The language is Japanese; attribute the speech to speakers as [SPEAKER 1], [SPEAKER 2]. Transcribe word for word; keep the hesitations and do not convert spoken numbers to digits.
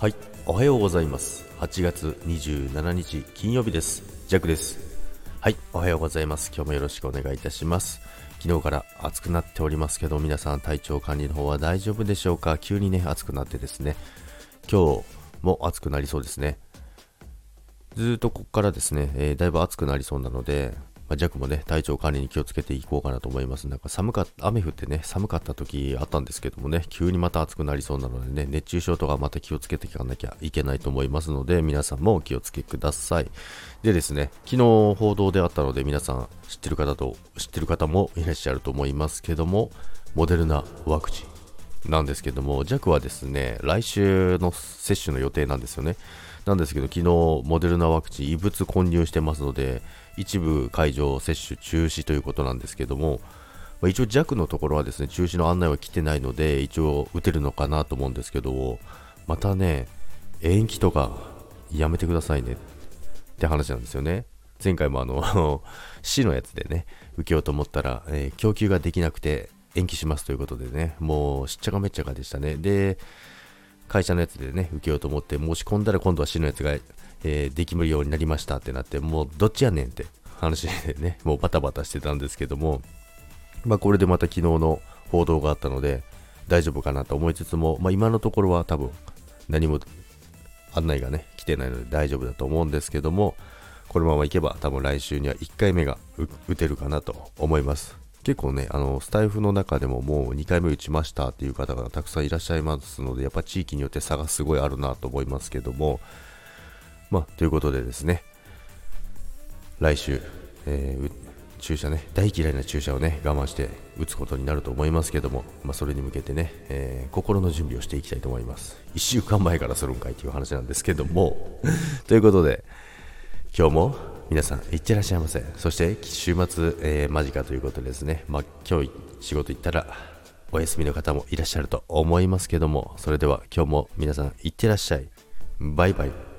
[SPEAKER 1] はい、おはようございます。はちがつにじゅうしちにち金曜日です。ジャックです。はい、おはようございます。今日もよろしくお願いいたします。昨日から暑くなっておりますけど、皆さん体調管理の方は大丈夫でしょうか。急にね、暑くなってですね、今日も暑くなりそうですね。ずーっとここからですね、えーだいぶ暑くなりそうなので、まあ、ジャックもね、体調管理に気をつけていこうかなと思います。なんか寒かった、雨降ってね、寒かった時あったんですけどもね、急にまた暑くなりそうなのでね、熱中症とかまた気をつけていかなきゃいけないと思いますので、皆さんもお気をつけください。でですね、昨日報道であったので、皆さん知ってる方と、知ってる方もいらっしゃると思いますけども、モデルナワクチンなんですけども、ジャックはですね、来週の接種の予定なんですよね。なんですけど、昨日モデルナワクチン異物混入してますので、一部会場接種中止ということなんですけども、まあ、一応 ジャック のところはですね、中止の案内は来てないので、一応打てるのかなと思うんですけど、またね、延期とかやめてくださいねって話なんですよね。前回もあの市のやつでね、受けようと思ったら、えー供給ができなくて延期しますということでね、もうしっちゃかめっちゃかでしたね。で、会社のやつでね、受けようと思って申し込んだら、今度は市のやつが、えーできるようになりましたってなって、もうどっちやねんって話でね、もうバタバタしてたんですけども、まあこれでまた昨日の報道があったので、大丈夫かなと思いつつも、まあ今のところは多分何も案内がね、来てないので大丈夫だと思うんですけども、このままいけば多分来週にはいっかいめがう打てるかなと思います。結構ね、あのスタイフの中でももうにかいめ打ちましたっていう方がたくさんいらっしゃいますので、やっぱ地域によって差がすごいあるなと思いますけども、まあということでですね、来週、えーう注射ね、大嫌いな注射をね、我慢して打つことになると思いますけども、まあ、それに向けてね、えー心の準備をしていきたいと思います。いっしゅうかんまえからするんかいという話なんですけどもということで、今日も皆さんいってらっしゃいませ。そして週末、えー間近ということでですね、まあ、今日仕事行ったらお休みの方もいらっしゃると思いますけども、それでは今日も皆さんいってらっしゃい。バイバイ。